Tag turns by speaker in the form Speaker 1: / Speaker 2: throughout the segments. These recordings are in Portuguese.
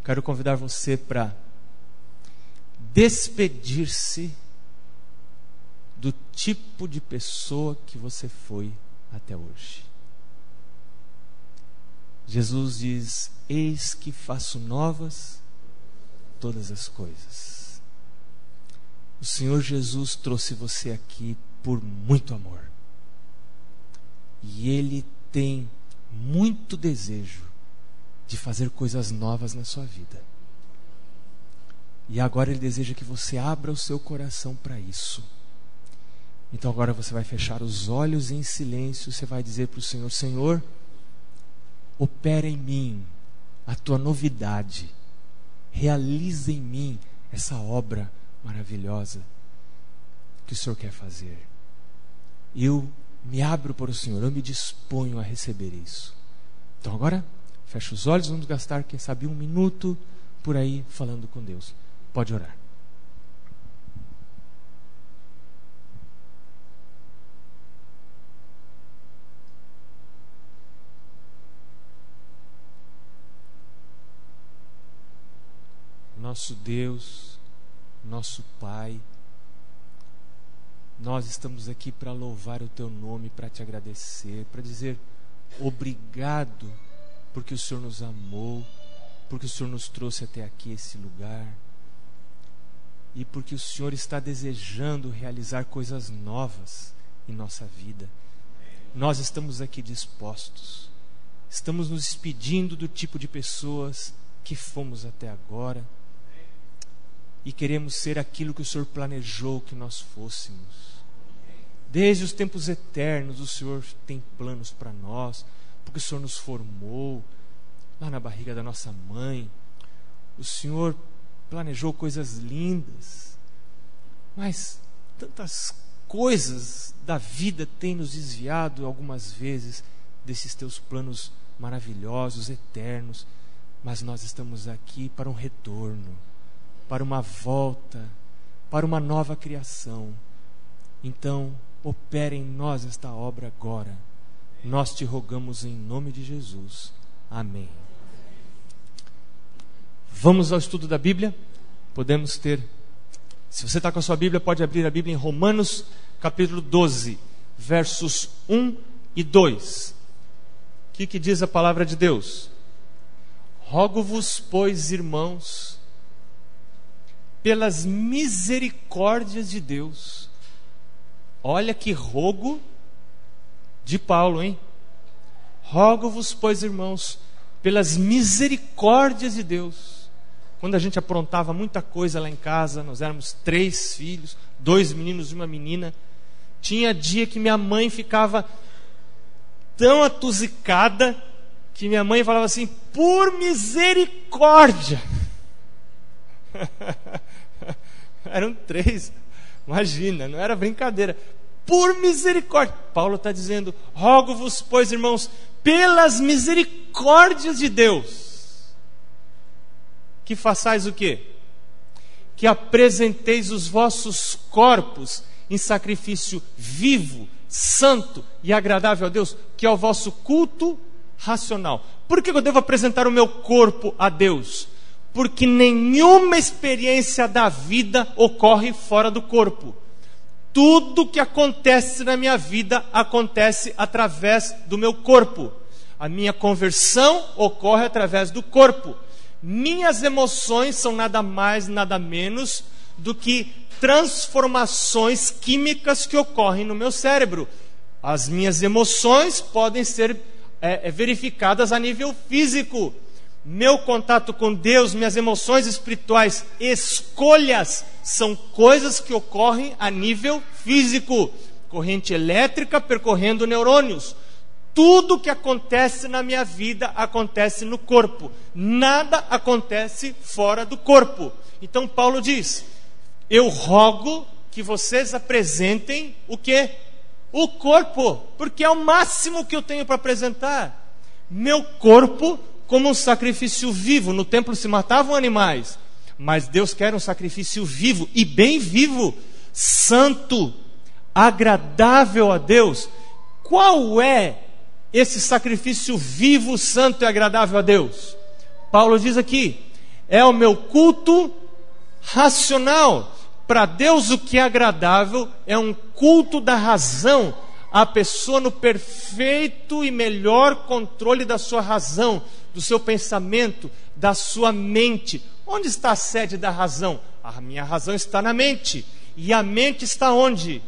Speaker 1: quero convidar você para despedir-se do tipo de pessoa que você foi até hoje. Jesus diz: eis que faço novas todas as coisas. O Senhor Jesus trouxe você aqui por muito amor. E Ele tem muito desejo de fazer coisas novas na sua vida. E agora Ele deseja que você abra o seu coração para isso. Então agora você vai fechar os olhos e em silêncio você vai dizer para o Senhor: Senhor, opera em mim a tua novidade. Realiza em mim essa obra maravilhosa que o Senhor quer fazer. Eu me abro para o Senhor, eu me disponho a receber isso. Então agora, fecha os olhos, vamos gastar, quem sabe, 1 minuto por aí falando com Deus. Pode orar. Nosso Deus, nosso Pai, nós estamos aqui para louvar o Teu nome, para Te agradecer, para dizer obrigado, porque o Senhor nos amou, porque o Senhor nos trouxe até aqui, esse lugar, e porque o Senhor está desejando realizar coisas novas em nossa vida. Nós estamos aqui dispostos, estamos nos despedindo do tipo de pessoas que fomos até agora, e queremos ser aquilo que o Senhor planejou que nós fôssemos. Desde os tempos eternos, o Senhor tem planos para nós, porque o Senhor nos formou lá na barriga da nossa mãe. O Senhor planejou coisas lindas, mas tantas coisas da vida têm nos desviado algumas vezes desses teus planos maravilhosos, eternos. Mas nós estamos aqui para um retorno, para uma volta, para uma nova criação. Então, opera em nós esta obra agora. Nós te rogamos em nome de Jesus. Amém. Vamos ao estudo da Bíblia. Podemos ter, se você está com a sua Bíblia, pode abrir a Bíblia em Romanos, capítulo 12, versos 1 e 2. O que diz a palavra de Deus? Rogo-vos, pois, irmãos, pelas misericórdias de Deus. Olha que rogo de Paulo, hein? Rogo-vos, pois, irmãos, pelas misericórdias de Deus. Quando a gente aprontava muita coisa lá em casa, nós éramos 3 filhos, 2 meninos e uma menina. Tinha dia que minha mãe ficava tão atusicada que minha mãe falava assim: por misericórdia. Eram 3, imagina, não era brincadeira. Por misericórdia. Paulo está dizendo: rogo-vos, pois, irmãos, pelas misericórdias de Deus, que façais o quê? Que apresenteis os vossos corpos em sacrifício vivo, santo e agradável a Deus, que é o vosso culto racional. Por que eu devo apresentar o meu corpo a Deus? Porque nenhuma experiência da vida ocorre fora do corpo. Tudo que acontece na minha vida acontece através do meu corpo. A minha conversão ocorre através do corpo. Minhas emoções são nada mais, nada menos do que transformações químicas que ocorrem no meu cérebro. As minhas emoções podem ser verificadas a nível físico. Meu contato com Deus, minhas emoções espirituais, escolhas, são coisas que ocorrem a nível físico. Corrente elétrica percorrendo neurônios. Tudo que acontece na minha vida acontece no corpo. Nada acontece fora do corpo. Então Paulo diz: eu rogo que vocês apresentem o quê? O corpo, porque é o máximo que eu tenho para apresentar. Meu corpo como um sacrifício vivo. No templo se matavam animais, mas Deus quer um sacrifício vivo, e bem vivo, santo, agradável a Deus. Qual é esse sacrifício vivo, santo e agradável a Deus? Paulo diz aqui: é o meu culto racional. Para Deus o que é agradável é um culto da razão, a pessoa no perfeito e melhor controle da sua razão, do seu pensamento, da sua mente. Onde está a sede da razão? A minha razão está na mente. E a mente está onde?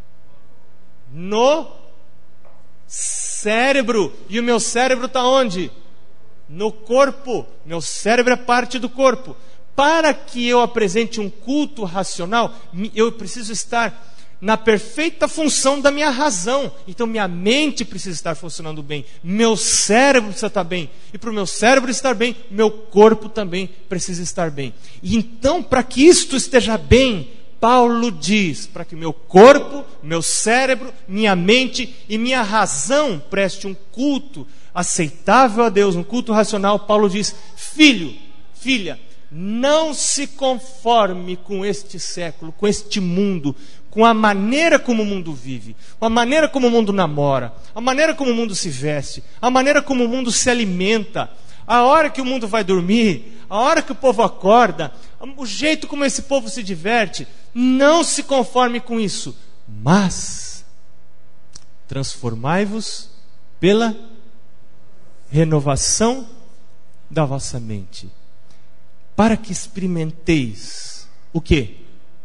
Speaker 1: No cérebro. E o meu cérebro está onde? No corpo. Meu cérebro é parte do corpo. Para que eu apresente um culto racional, eu preciso estar na perfeita função da minha razão. Então minha mente precisa estar funcionando bem, meu cérebro precisa estar bem, e para o meu cérebro estar bem, meu corpo também precisa estar bem. E então, para que isto esteja bem, Paulo diz, para que meu corpo, meu cérebro, minha mente e minha razão preste um culto aceitável a Deus, um culto racional, Paulo diz: filho, filha, não se conforme com este século, com este mundo, com a maneira como o mundo vive, com a maneira como o mundo namora, a maneira como o mundo se veste, a maneira como o mundo se alimenta, a hora que o mundo vai dormir, a hora que o povo acorda, o jeito como esse povo se diverte. Não se conforme com isso, mas transformai-vos pela renovação da vossa mente, para que experimenteis o quê?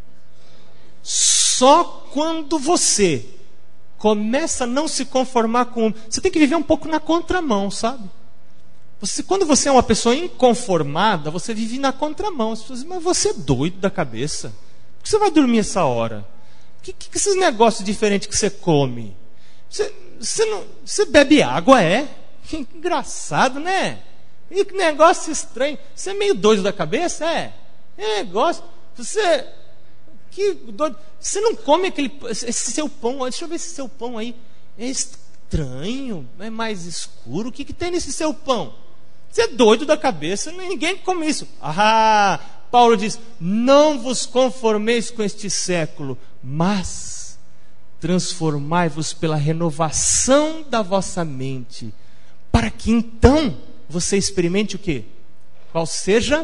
Speaker 1: Só quando você começa a não se conformar com... Você tem que viver um pouco na contramão, sabe? Quando você é uma pessoa inconformada, você vive na contramão. As pessoas dizem: mas você é doido da cabeça? Por que você vai dormir essa hora? Que esses negócios diferentes que você come? Você bebe água, é? Que engraçado, né? E que negócio estranho. Você é meio doido da cabeça, é? É negócio. Que doido. Você não come esse seu pão. Deixa eu ver esse seu pão aí. É estranho, é mais escuro. O que tem nesse seu pão? Você é doido da cabeça. Ninguém come isso. Ah, Paulo diz: não vos conformeis com este século, mas transformai-vos pela renovação da vossa mente, para que então você experimente o quê? Qual seja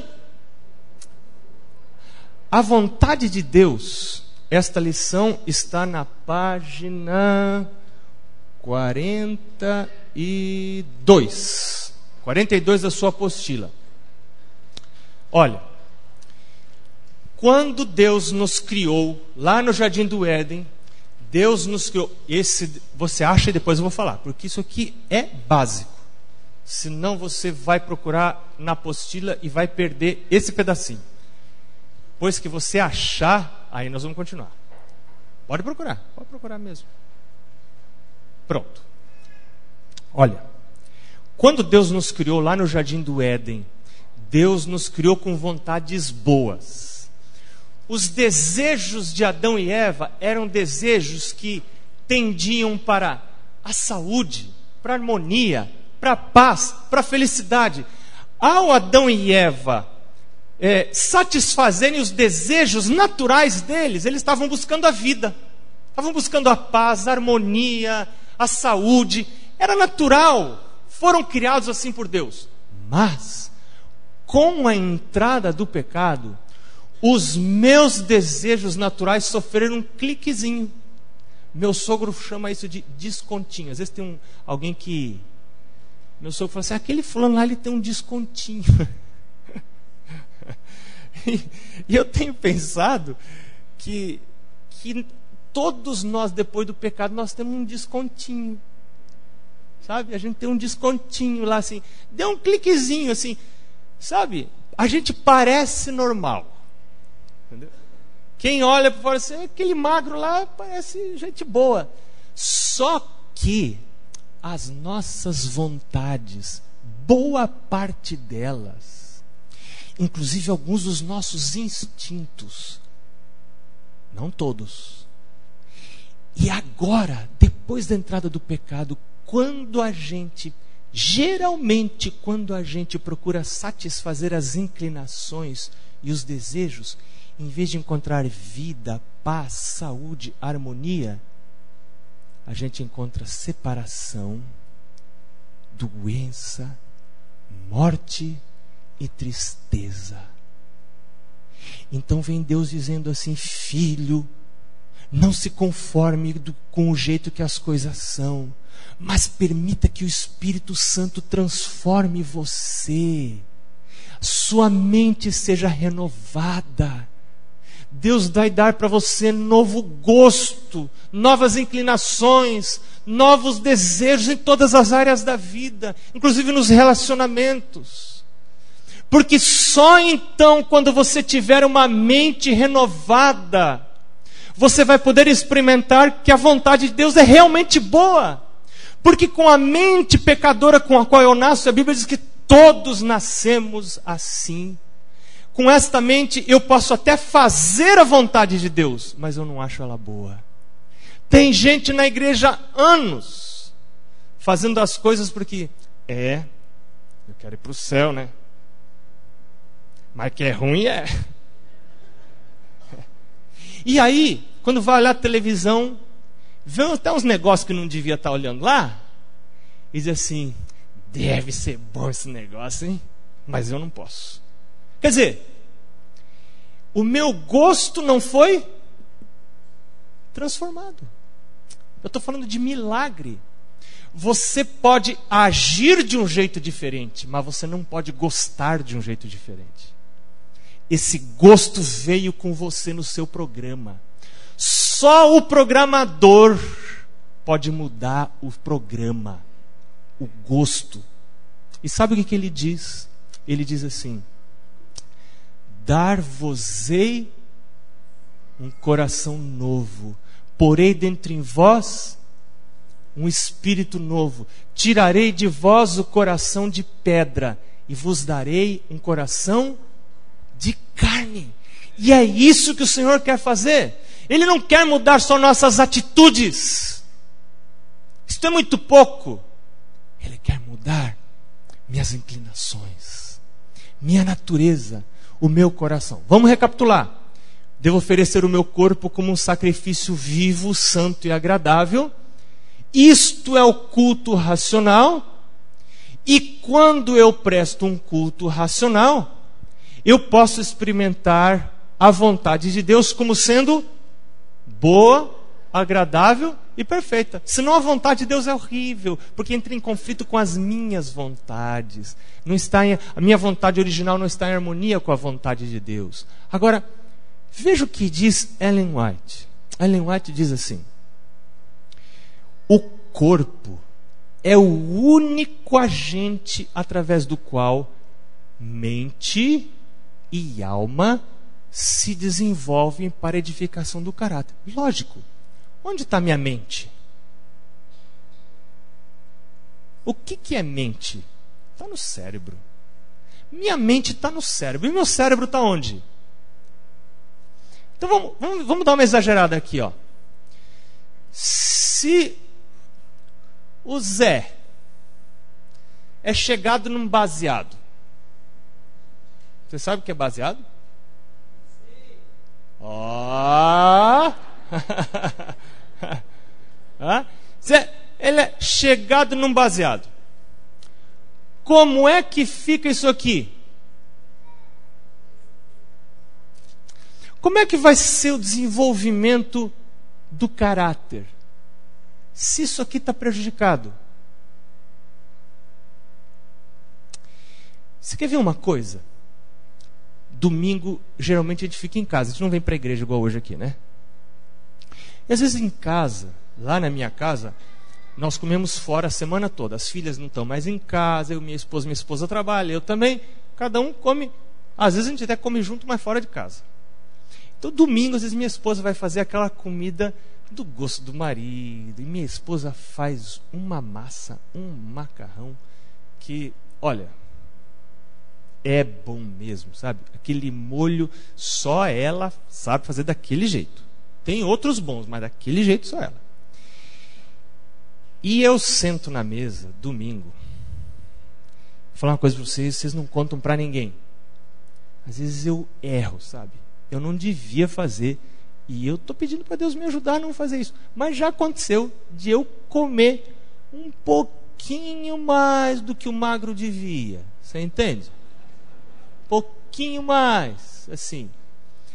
Speaker 1: a vontade de Deus. Esta lição está na página 42 da sua apostila. Olha, quando Deus nos criou, lá no Jardim do Éden, Deus nos criou. Esse você acha e depois eu vou falar, porque isso aqui é básico. Senão você vai procurar na apostila e vai perder esse pedacinho. Pois que você achar, aí nós vamos continuar. Pode procurar mesmo. Pronto. Olha, quando Deus nos criou lá no Jardim do Éden, Deus nos criou com vontades boas. Os desejos de Adão e Eva eram desejos que tendiam para a saúde, para a harmonia, para a paz, para a felicidade. Ao Adão e Eva satisfazerem os desejos naturais deles, eles estavam buscando a vida, estavam buscando a paz, a harmonia, a saúde. Era natural, foram criados assim por Deus. Mas, com a entrada do pecado, os meus desejos naturais sofreram um cliquezinho. Meu sogro chama isso de descontinho. Às vezes tem alguém que... Meu sogro fala assim: aquele fulano lá, ele tem um descontinho. E eu tenho pensado que todos nós, depois do pecado, nós temos um descontinho. Sabe? A gente tem um descontinho lá assim. Deu um cliquezinho assim. Sabe? A gente parece normal. Entendeu? Quem olha para fora assim: aquele magro lá parece gente boa. Só que as nossas vontades, boa parte delas, inclusive alguns dos nossos instintos, não todos. E agora, depois da entrada do pecado, geralmente quando a gente procura satisfazer as inclinações e os desejos, em vez de encontrar vida, paz, saúde, harmonia, a gente encontra separação, doença, morte e tristeza. Então vem Deus dizendo assim: filho, não se conforme com o jeito que as coisas são, mas permita que o Espírito Santo transforme você. Sua mente seja renovada. Deus vai dar para você novo gosto, novas inclinações, novos desejos em todas as áreas da vida, inclusive nos relacionamentos. Porque só então, quando você tiver uma mente renovada, você vai poder experimentar que a vontade de Deus é realmente boa. Porque com a mente pecadora com a qual eu nasço, a Bíblia diz que todos nascemos assim. Com esta mente eu posso até fazer a vontade de Deus, mas eu não acho ela boa. Tem gente na igreja há anos fazendo as coisas porque eu quero ir para o céu, né? Mas que é ruim é. E aí, quando vai olhar a televisão, vê até uns negócios que não devia estar olhando lá, e diz assim: deve ser bom esse negócio, hein? Mas eu não posso. Quer dizer, o meu gosto não foi transformado. Eu estou falando de milagre. Você pode agir de um jeito diferente, mas você não pode gostar de um jeito diferente. Esse gosto veio com você no seu programa. Só o programador pode mudar o programa, o gosto. E sabe o que ele diz? Ele diz assim: dar-vos-ei um coração novo, porei dentro em vós um espírito novo, tirarei de vós o coração de pedra e vos darei um coração de carne. E é isso que o Senhor quer fazer. Ele não quer mudar só nossas atitudes. Isto é muito pouco. Ele quer mudar minhas inclinações, minha natureza, o meu coração. Vamos recapitular. Devo oferecer o meu corpo como um sacrifício vivo, santo e agradável. Isto é o culto racional. E quando eu presto um culto racional, eu posso experimentar a vontade de Deus como sendo boa, agradável e perfeita. Senão a vontade de Deus é horrível, porque entra em conflito com as minhas vontades. A minha vontade original não está em harmonia com a vontade de Deus. Agora, veja o que diz Ellen White. Ellen White diz assim: o corpo é o único agente através do qual mente e alma se desenvolvem para a edificação do caráter. Lógico. Onde está minha mente? O que é mente? Está no cérebro. Minha mente está no cérebro. E meu cérebro está onde? Então vamos dar uma exagerada aqui, ó. Se o Zé é chegado num baseado, você sabe o que é baseado? Ó! Ele é chegado num baseado. Como é que fica isso aqui? Como é que vai ser o desenvolvimento do caráter se isso aqui está prejudicado? Você quer ver uma coisa? Domingo, geralmente a gente fica em casa. A gente não vem para a igreja igual hoje aqui, né? E às vezes em casa, lá na minha casa, nós comemos fora a semana toda. As filhas não estão mais em casa, minha esposa trabalha, eu também. Cada um come. Às vezes a gente até come junto, mas fora de casa. Então domingo, às vezes minha esposa vai fazer aquela comida do gosto do marido. E minha esposa faz uma massa, um macarrão que, olha, é bom mesmo, sabe? Aquele molho, só ela sabe fazer daquele jeito. Tem outros bons, mas daquele jeito só ela. E eu sento na mesa, domingo. Vou falar uma coisa para vocês não contam para ninguém. Às vezes eu erro, sabe? Eu não devia fazer. E eu estou pedindo para Deus me ajudar a não fazer isso. Mas já aconteceu de eu comer um pouquinho mais do que o magro devia. Você entende? Pouquinho mais, assim.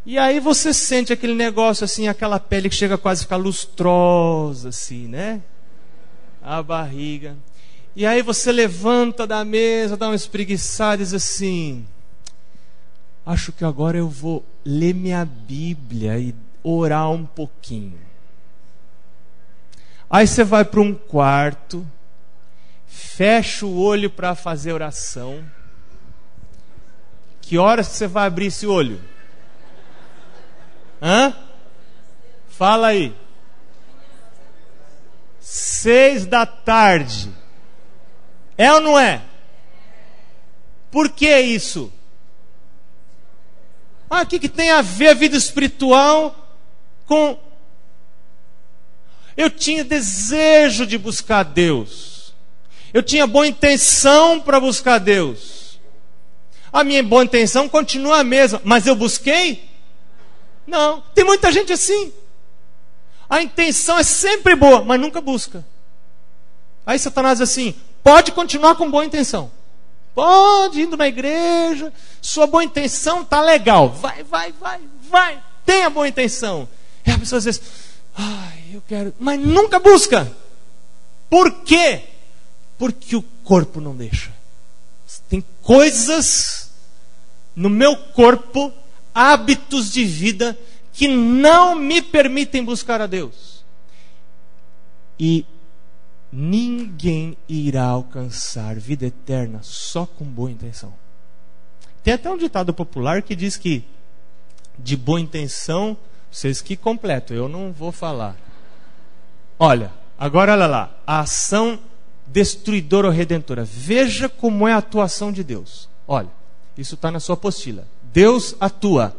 Speaker 1: E aí você sente aquele negócio assim, aquela pele que chega quase a ficar lustrosa, assim, né? A barriga. E aí você levanta da mesa, dá uma espreguiçada e diz assim: acho que agora eu vou ler minha Bíblia e orar um pouquinho. Aí você vai para um quarto, fecha o olho para fazer oração. Que horas que você vai abrir esse olho? Hã? Fala aí. 6 da tarde. É ou não é? Por que isso? O que tem a ver a vida espiritual com... Eu tinha desejo de buscar Deus. Eu tinha boa intenção para buscar Deus. A minha boa intenção continua a mesma, mas eu busquei? Não. Tem muita gente assim. A intenção é sempre boa, mas nunca busca. Aí Satanás diz assim: pode continuar com boa intenção. Pode, indo na igreja, sua boa intenção está legal. Vai. Tenha boa intenção. E a pessoa às vezes, eu quero, mas nunca busca. Por quê? Porque o corpo não deixa. Tem coisas no meu corpo, hábitos de vida, que não me permitem buscar a Deus. E ninguém irá alcançar vida eterna só com boa intenção. Tem até um ditado popular que diz que de boa intenção, vocês que completam, eu não vou falar. Olha lá, a ação destruidora ou redentora. Veja como é a atuação de Deus. Olha, isso está na sua apostila. Deus atua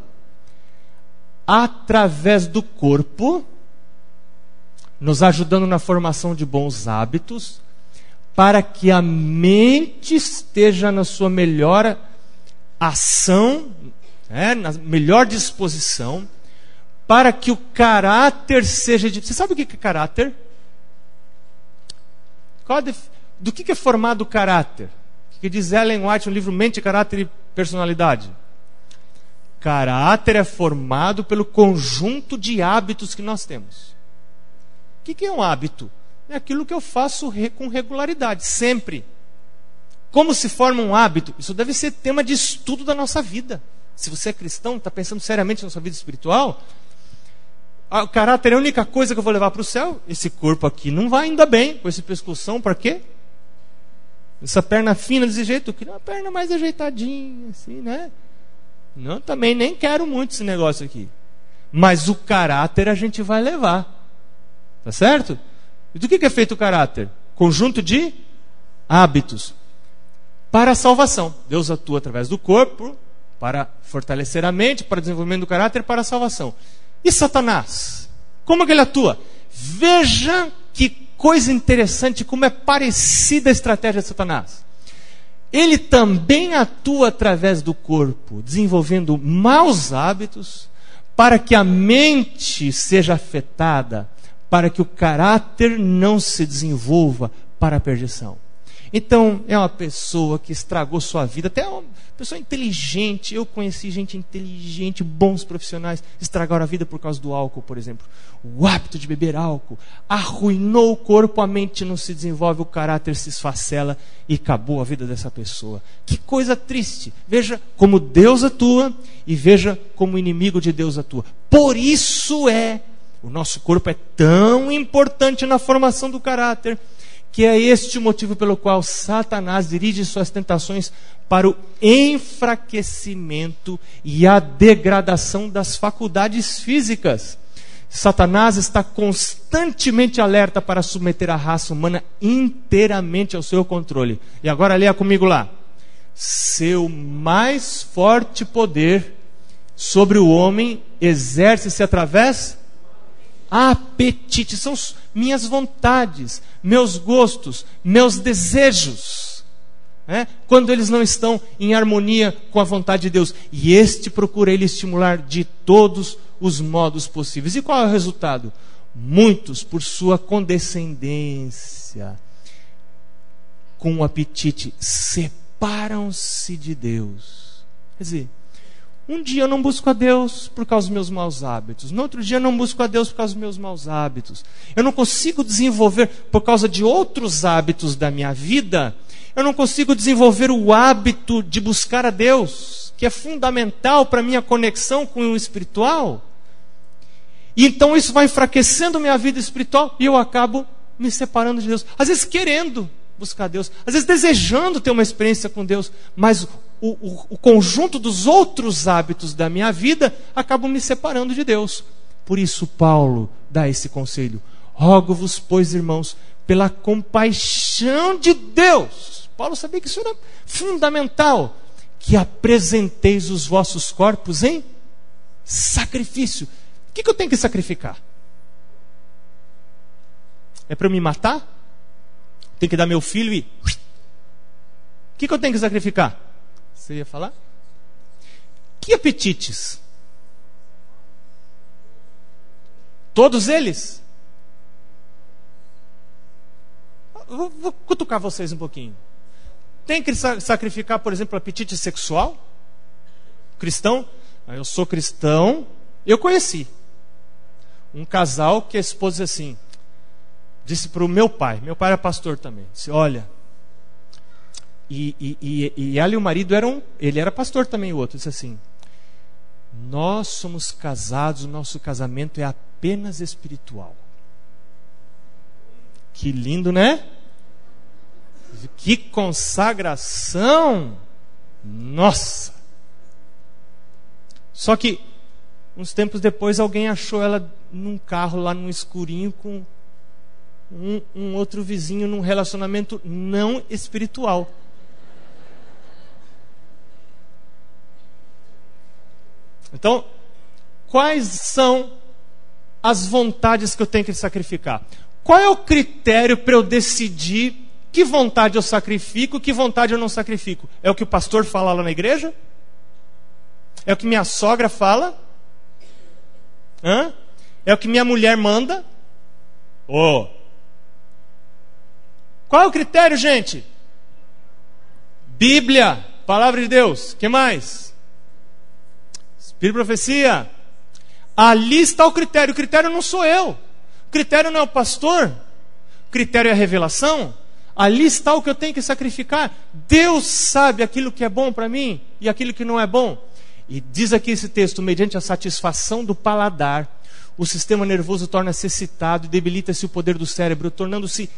Speaker 1: através do corpo, nos ajudando na formação de bons hábitos, para que a mente esteja na sua melhor ação, na melhor disposição, para que o caráter seja... Você sabe o que é caráter? Do que é formado o caráter? O que diz Ellen White no livro Mente, Caráter e Personalidade? Caráter é formado pelo conjunto de hábitos que nós temos. O que é um hábito? É aquilo que eu faço com regularidade, sempre. Como se forma um hábito? Isso deve ser tema de estudo da nossa vida. Se você é cristão, está pensando seriamente na sua vida espiritual, o caráter é a única coisa que eu vou levar para o céu. Esse corpo aqui não vai ainda bem, com esse pescoção, para quê? Essa perna fina desse jeito, eu queria uma perna mais ajeitadinha, assim, né? Não, também nem quero muito esse negócio aqui. Mas o caráter a gente vai levar. Tá certo? E do que é feito o caráter? Conjunto de hábitos para a salvação. Deus atua através do corpo para fortalecer a mente, para o desenvolvimento do caráter, para a salvação. E Satanás? Como que ele atua? Veja que coisa interessante, como é parecida a estratégia de Satanás. Ele também atua através do corpo, desenvolvendo maus hábitos, para que a mente seja afetada, para que o caráter não se desenvolva para a perdição. Então, é uma pessoa que estragou sua vida, até uma pessoa inteligente. Eu conheci gente inteligente, bons profissionais, estragaram a vida por causa do álcool, por exemplo. O hábito de beber álcool arruinou o corpo, a mente não se desenvolve, o caráter se esfacela e acabou a vida dessa pessoa. Que coisa triste. Veja como Deus atua e veja como o inimigo de Deus atua. Por isso o nosso corpo é tão importante na formação do caráter, que é este o motivo pelo qual Satanás dirige suas tentações para o enfraquecimento e a degradação das faculdades físicas. Satanás está constantemente alerta para submeter a raça humana inteiramente ao seu controle. E agora leia comigo lá. Seu mais forte poder sobre o homem exerce-se através apetite, são minhas vontades, meus gostos, meus desejos, quando eles não estão em harmonia com a vontade de Deus. E procura ele estimular de todos os modos possíveis. E qual é o resultado? Muitos, por sua condescendência com o apetite, separam-se de Deus. Quer dizer, Um dia eu não busco a Deus por causa dos meus maus hábitos. No outro dia eu não busco a Deus por causa dos meus maus hábitos. Eu não consigo desenvolver, por causa de outros hábitos da minha vida, eu não consigo desenvolver o hábito de buscar a Deus, que é fundamental para a minha conexão com o espiritual. E então isso vai enfraquecendo minha vida espiritual e eu acabo me separando de Deus. Às vezes querendo buscar Deus, às vezes desejando ter uma experiência com Deus, mas o conjunto dos outros hábitos da minha vida acabam me separando de Deus. Por isso Paulo dá esse conselho: rogo-vos, pois, irmãos, pela compaixão de Deus. Paulo sabia que isso era fundamental, que apresenteis os vossos corpos em sacrifício. O que eu tenho que sacrificar? É para eu me matar? Tem que dar meu filho e... O que eu tenho que sacrificar? Você ia falar? Que apetites? Todos eles? Vou cutucar vocês um pouquinho. Tem que sacrificar, por exemplo, apetite sexual? Cristão? Eu sou cristão. Eu conheci um casal que a esposa disse para o meu pai era pastor também, disse: olha, e ela e o marido ele era pastor também, o outro, disse assim: nós somos casados, o nosso casamento é apenas espiritual. Que lindo, né? Que consagração! Nossa! Só que uns tempos depois alguém achou ela num carro lá num escurinho com um outro vizinho, num relacionamento não espiritual. Então, quais são as vontades que eu tenho que sacrificar? Qual é o critério para eu decidir que vontade eu sacrifico, que vontade eu não sacrifico? É o que o pastor fala lá na igreja? É o que minha sogra fala? É o que minha mulher manda? Qual é o critério, gente? Bíblia, palavra de Deus. O que mais? Espírito e profecia. Ali está o critério. O critério não sou eu. O critério não é o pastor. O critério é a revelação. Ali está o que eu tenho que sacrificar. Deus sabe aquilo que é bom para mim e aquilo que não é bom. E diz aqui esse texto: mediante a satisfação do paladar, o sistema nervoso torna-se excitado e debilita-se o poder do cérebro, tornando-se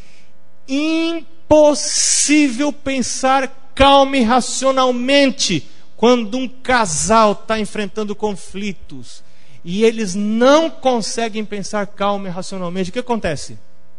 Speaker 1: impossível pensar calma e racionalmente quando um casal está enfrentando conflitos e eles não conseguem pensar calma e racionalmente. O que acontece?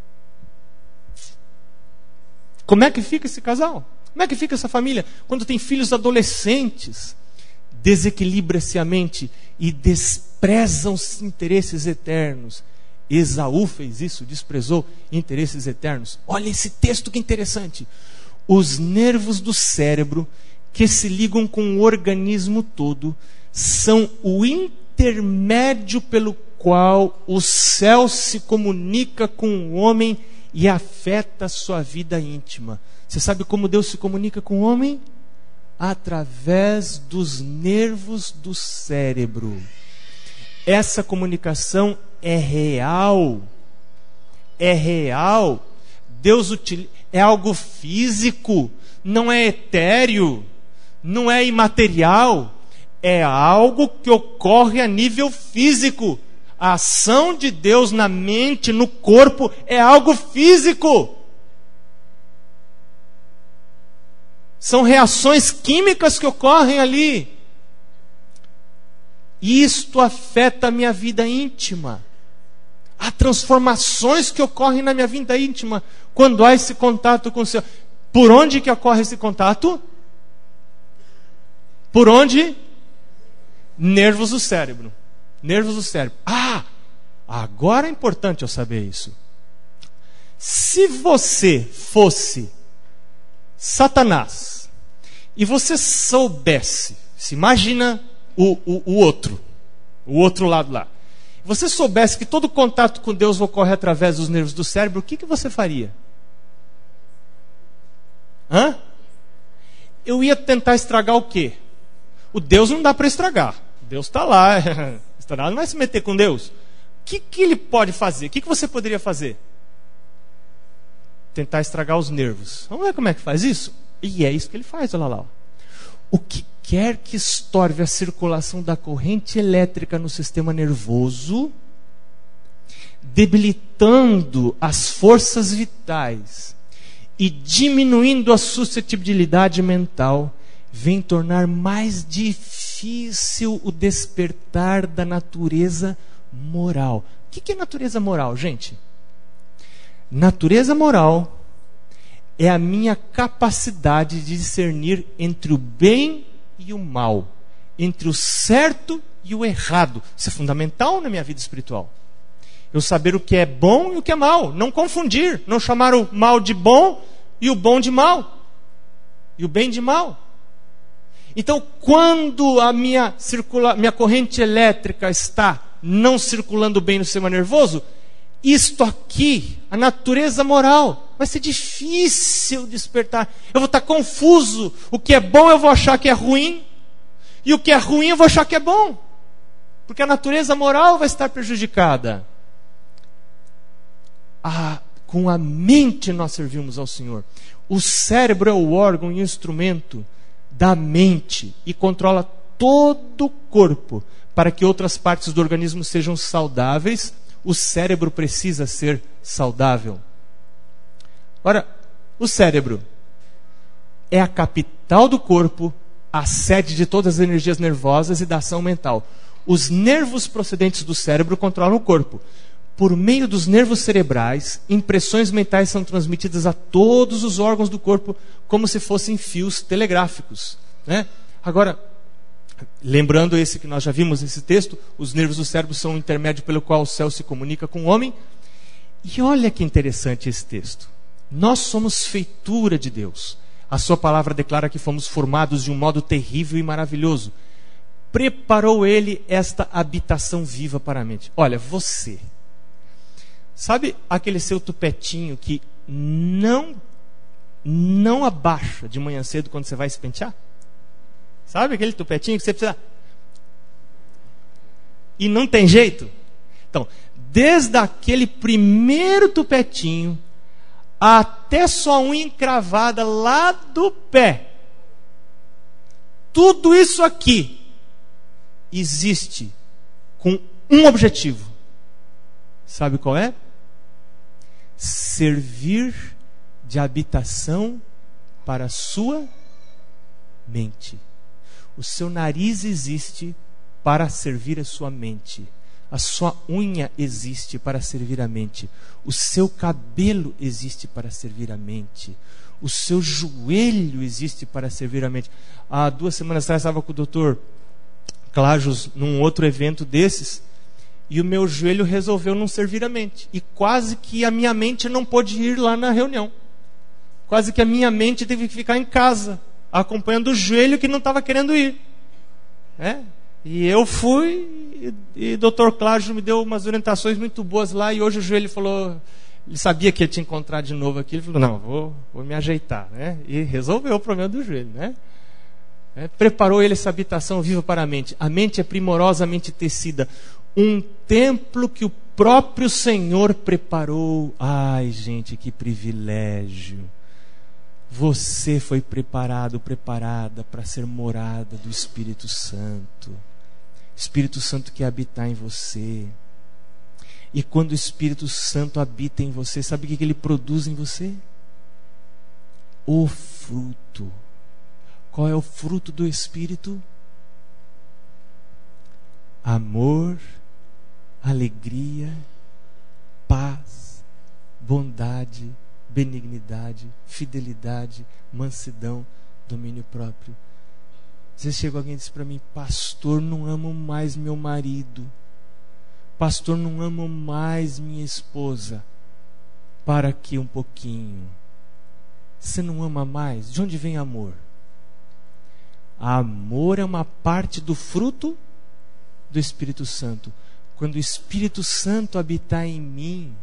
Speaker 1: Como é que fica esse casal? Como é que fica essa família? Quando tem filhos adolescentes, desequilibra-se a mente e desprezam os interesses eternos. Esaú fez isso, desprezou interesses eternos. Olha esse texto que interessante. Os nervos do cérebro que se ligam com o organismo todo são o intermédio pelo qual o céu se comunica com o homem e afeta a sua vida íntima. Você sabe como Deus se comunica com o homem? Através dos nervos do cérebro. Essa comunicação é real. É real. Deus é algo físico, não é etéreo, não é imaterial. É algo que ocorre a nível físico. A ação de Deus na mente, no corpo, é algo físico. São reações químicas que ocorrem ali. Isto afeta a minha vida íntima. Há transformações que ocorrem na minha vida íntima quando há esse contato com o céu. Por onde que ocorre esse contato? Por onde? Nervos do cérebro. Nervos do cérebro. Agora é importante eu saber isso. Se você fosse Satanás e você soubesse, se imagina o outro lado lá, você soubesse que todo contato com Deus ocorre através dos nervos do cérebro, o que você faria? Eu ia tentar estragar o quê? O Deus não dá para estragar. Deus está lá. Estragar não vai se meter com Deus. O que ele pode fazer? O que você poderia fazer? Tentar estragar os nervos. Vamos ver como é que faz isso? E é isso que ele faz, olha lá. O que quer que estorve a circulação da corrente elétrica no sistema nervoso, debilitando as forças vitais e diminuindo a suscetibilidade mental, vem tornar mais difícil o despertar da natureza moral. O que é natureza moral, gente? Natureza moral é a minha capacidade de discernir entre o bem e o mal, entre o certo e o errado. Isso é fundamental na minha vida espiritual. Eu saber o que é bom e o que é mal. Não confundir, não chamar o mal de bom e o bom de mal. E o bem de mal. Então, quando a minha corrente elétrica está não circulando bem no sistema nervoso, isto aqui, a natureza moral, vai ser difícil despertar. Eu vou estar confuso. O que é bom eu vou achar que é ruim. E o que é ruim eu vou achar que é bom. Porque a natureza moral vai estar prejudicada. Com a mente nós servimos ao Senhor. O cérebro é o órgão e o instrumento da mente e controla todo o corpo. Para que outras partes do organismo sejam saudáveis, o cérebro precisa ser saudável. Ora, o cérebro é a capital do corpo, a sede de todas as energias nervosas e da ação mental. Os nervos procedentes do cérebro controlam o corpo. Por meio dos nervos cerebrais, impressões mentais são transmitidas a todos os órgãos do corpo como se fossem fios telegráficos, né? Agora, lembrando esse que nós já vimos nesse texto, os nervos do cérebro são o intermédio pelo qual o céu se comunica com o homem. E olha que interessante esse texto. Nós somos feitura de Deus. A sua palavra declara que fomos formados de um modo terrível e maravilhoso. Preparou Ele esta habitação viva para a mente. Olha, você, sabe aquele seu tupetinho que não abaixa de manhã cedo quando você vai se pentear? Sabe aquele tupetinho que você precisa... E não tem jeito? Então, desde aquele primeiro tupetinho até sua unha encravada lá do pé, tudo isso aqui existe com um objetivo. Sabe qual é? Servir de habitação para a sua mente. O seu nariz existe para servir a sua mente. A sua unha existe para servir a mente. O seu cabelo existe para servir a mente. O seu joelho existe para servir a mente. Há 2 semanas atrás estava com o Dr. Clajos num outro evento desses, e o meu joelho resolveu não servir a mente. E quase que a minha mente não pôde ir lá na reunião. Quase que a minha mente teve que ficar em casa, acompanhando o joelho que não estava querendo ir. E eu fui, e o Dr. Cláudio me deu umas orientações muito boas lá, e hoje o joelho falou, ele sabia que ia te encontrar de novo aqui, ele falou, não, vou me ajeitar, né? E resolveu o problema do joelho, né? Preparou ele essa habitação viva para a mente. A mente é primorosamente tecida, um templo que o próprio Senhor preparou. Ai, gente, que privilégio! Você foi preparado, preparada para ser morada do Espírito Santo. Espírito Santo quer habitar em você. E quando o Espírito Santo habita em você, sabe o que ele produz em você? O fruto. Qual é o fruto do Espírito? Amor, alegria, paz, bondade, benignidade, fidelidade, mansidão, domínio próprio. Às vezes chega alguém e diz para mim, pastor, não amo mais meu marido, pastor, não amo mais minha esposa. Para aqui um pouquinho. Você não ama mais? De onde vem amor? Amor é uma parte do fruto do Espírito Santo. Quando o Espírito Santo habitar em mim,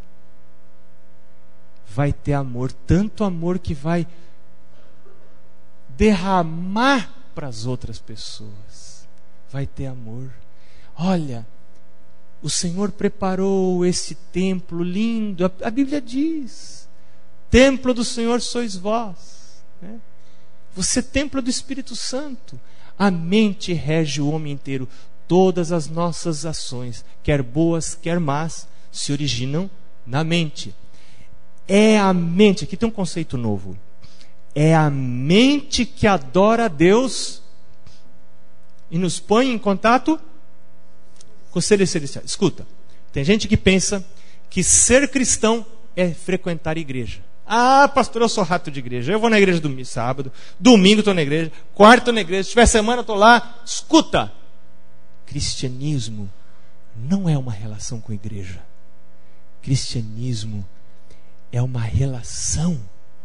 Speaker 1: vai ter amor, tanto amor que vai derramar para as outras pessoas. Vai ter amor. Olha, o Senhor preparou esse templo lindo. A Bíblia diz: templo do Senhor sois vós, né? Você é templo do Espírito Santo. A mente rege o homem inteiro. Todas as nossas ações, quer boas, quer más, se originam na mente. É a mente, aqui tem um conceito novo. É a mente que adora a Deus e nos põe em contato com os seres celestiais. Escuta, tem gente que pensa que ser cristão é frequentar a igreja. Ah, pastor, eu sou rato de igreja. Eu vou na igreja sábado, domingo estou na igreja, quarta estou na igreja, se tiver semana estou lá. Escuta, cristianismo não é uma relação com a igreja. Cristianismo é uma relação.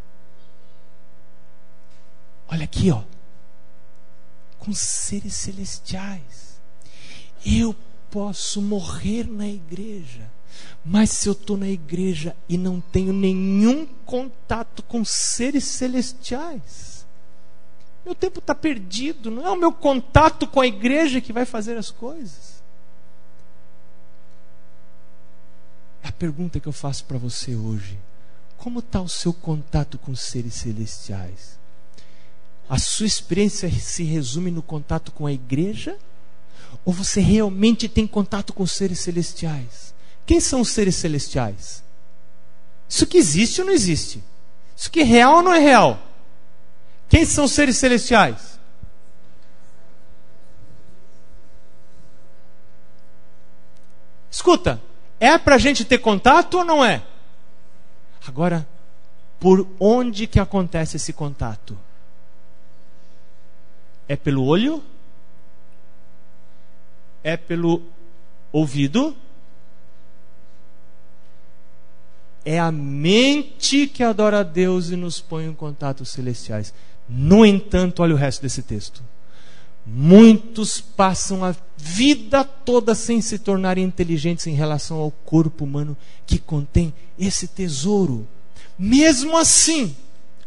Speaker 1: Olha aqui, ó, com seres celestiais. Eu posso morrer na igreja, mas se eu estou na igreja e não tenho nenhum contato com seres celestiais, meu tempo está perdido. Não é o meu contato com a igreja que vai fazer as coisas. A pergunta que eu faço para você hoje: como está o seu contato com os seres celestiais? A sua experiência se resume no contato com a igreja? Ou você realmente tem contato com os seres celestiais? Quem são os seres celestiais? Isso que existe ou não existe? Isso que é real ou não é real? Quem são os seres celestiais? Escuta, é para a gente ter contato ou não é? Agora, por onde que acontece esse contato? É pelo olho? É pelo ouvido? É a mente que adora a Deus e nos põe em contatos celestiais. No entanto, olha o resto desse texto. Muitos passam a vida toda sem se tornarem inteligentes em relação ao corpo humano que contém esse tesouro. Mesmo assim,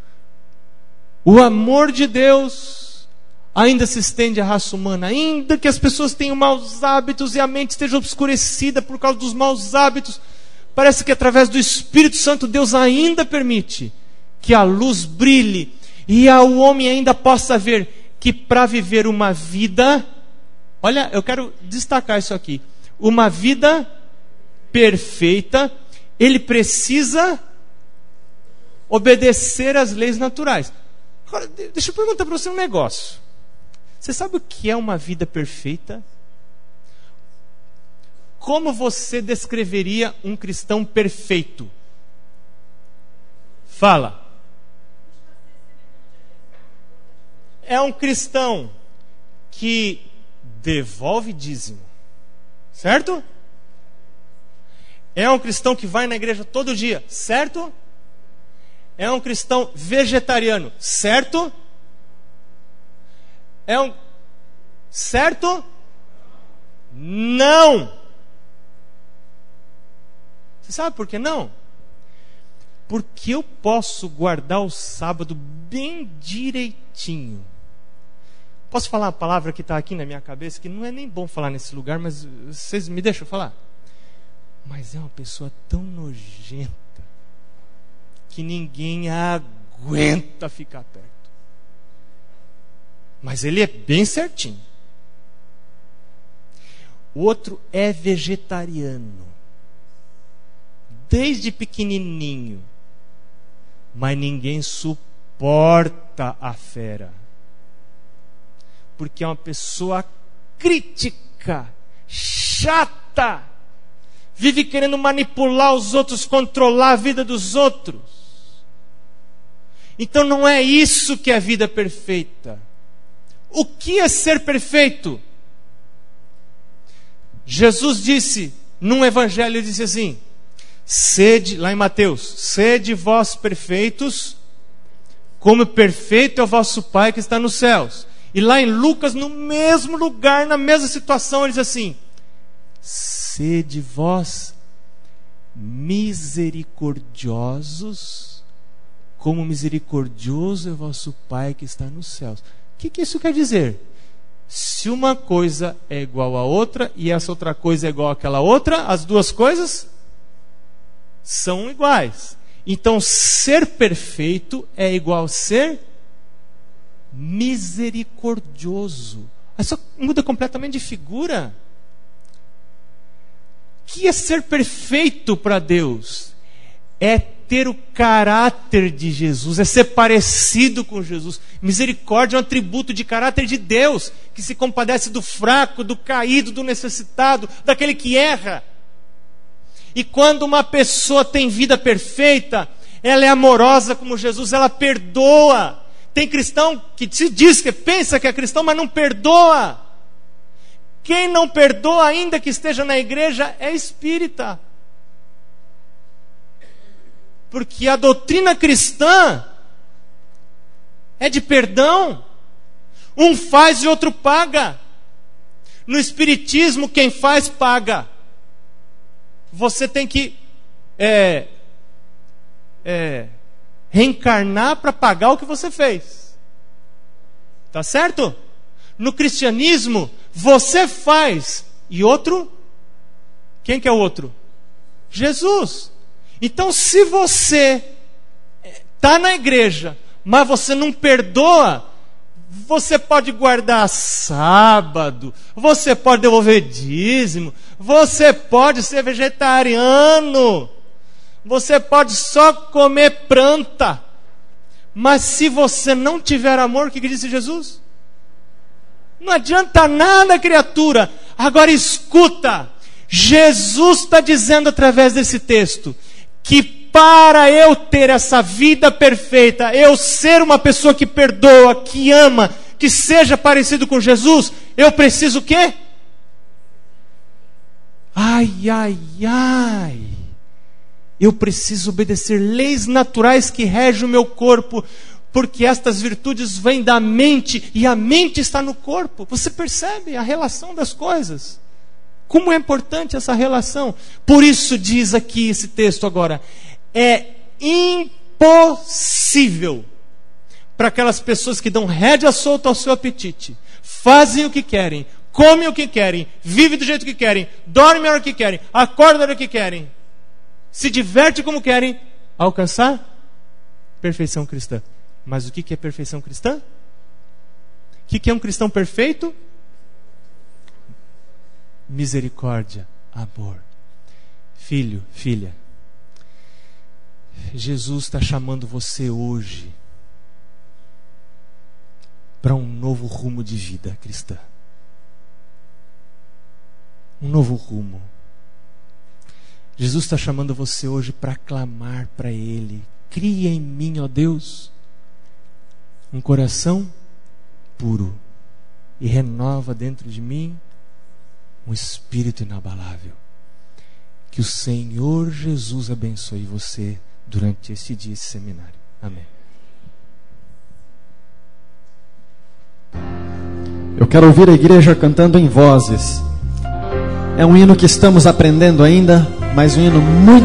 Speaker 1: o amor de Deus ainda se estende à raça humana, ainda que as pessoas tenham maus hábitos e a mente esteja obscurecida por causa dos maus hábitos. Parece que através do Espírito Santo Deus ainda permite que a luz brilhe e o homem ainda possa ver que para viver uma vida, olha, eu quero destacar isso aqui, uma vida perfeita, ele precisa obedecer às leis naturais. Agora, deixa eu perguntar para você um negócio. Você sabe o que é uma vida perfeita? Como você descreveria um cristão perfeito? Fala. É um cristão que devolve dízimo, certo? É um cristão que vai na igreja todo dia, certo? É um cristão vegetariano, certo? É um... certo? Não! Você sabe por que não? Porque eu posso guardar o sábado bem direitinho. Posso falar uma palavra que está aqui na minha cabeça, que não é nem bom falar nesse lugar, mas vocês me deixam falar? Mas é uma pessoa tão nojenta que ninguém aguenta ficar perto. Mas ele é bem certinho. O outro é vegetariano, desde pequenininho, mas ninguém suporta a fera, porque é uma pessoa crítica, chata, vive querendo manipular os outros, controlar a vida dos outros. Então não é isso que é a vida perfeita. O que é ser perfeito? Jesus disse num evangelho, ele disse assim: sede, lá em Mateus, sede vós perfeitos, como perfeito é o vosso Pai que está nos céus. E lá em Lucas, no mesmo lugar, na mesma situação, ele diz assim: sede vós misericordiosos, como misericordioso é o vosso Pai que está nos céus. O que isso quer dizer? Se uma coisa é igual a outra e essa outra coisa é igual àquela outra, as duas coisas são iguais. Então, ser perfeito é igual a ser misericordioso. Isso muda completamente de figura. O que é ser perfeito para Deus? É ter o caráter de Jesus, é ser parecido com Jesus. Misericórdia é um atributo de caráter de Deus, que se compadece do fraco, do caído, do necessitado, daquele que erra. E quando uma pessoa tem vida perfeita, ela é amorosa como Jesus, ela perdoa. Tem cristão que se diz que pensa que é cristão, mas não perdoa. Quem não perdoa, ainda que esteja na igreja, é espírita. Porque a doutrina cristã é de perdão. Um faz e outro paga. No espiritismo, quem faz, paga. Você tem que reencarnar para pagar o que você fez. Tá certo? No cristianismo, você faz e outro? Quem que é o outro? Jesus. Então, se você está na igreja, mas você não perdoa, você pode guardar sábado, você pode devolver dízimo, você pode ser vegetariano, você pode só comer planta, mas se você não tiver amor, o que disse Jesus? Não adianta nada, criatura. Agora escuta, Jesus está dizendo através desse texto, que para eu ter essa vida perfeita, eu ser uma pessoa que perdoa, que ama, que seja parecido com Jesus, eu preciso o quê? Eu preciso obedecer leis naturais que regem o meu corpo, porque estas virtudes vêm da mente, e a mente está no corpo. Você percebe a relação das coisas? Como é importante essa relação. Por isso diz aqui esse texto agora, é impossível para aquelas pessoas que dão rédea solta ao seu apetite, fazem o que querem, comem o que querem, vivem do jeito que querem, dormem a hora que querem, acordam a hora que querem, se divertem como querem, alcançar perfeição cristã. Mas o que é perfeição cristã? O que é um cristão perfeito? Misericórdia, amor. Filho, filha, Jesus está chamando você hoje para um novo rumo de vida cristã. Um novo rumo. Jesus está chamando você hoje para clamar para Ele. Cria em mim, ó Deus, um coração puro e renova dentro de mim um espírito inabalável. Que o Senhor Jesus abençoe você durante esse dia, esse seminário. Amém.
Speaker 2: Eu quero ouvir a igreja cantando em vozes. É um hino que estamos aprendendo ainda, mas um hino muito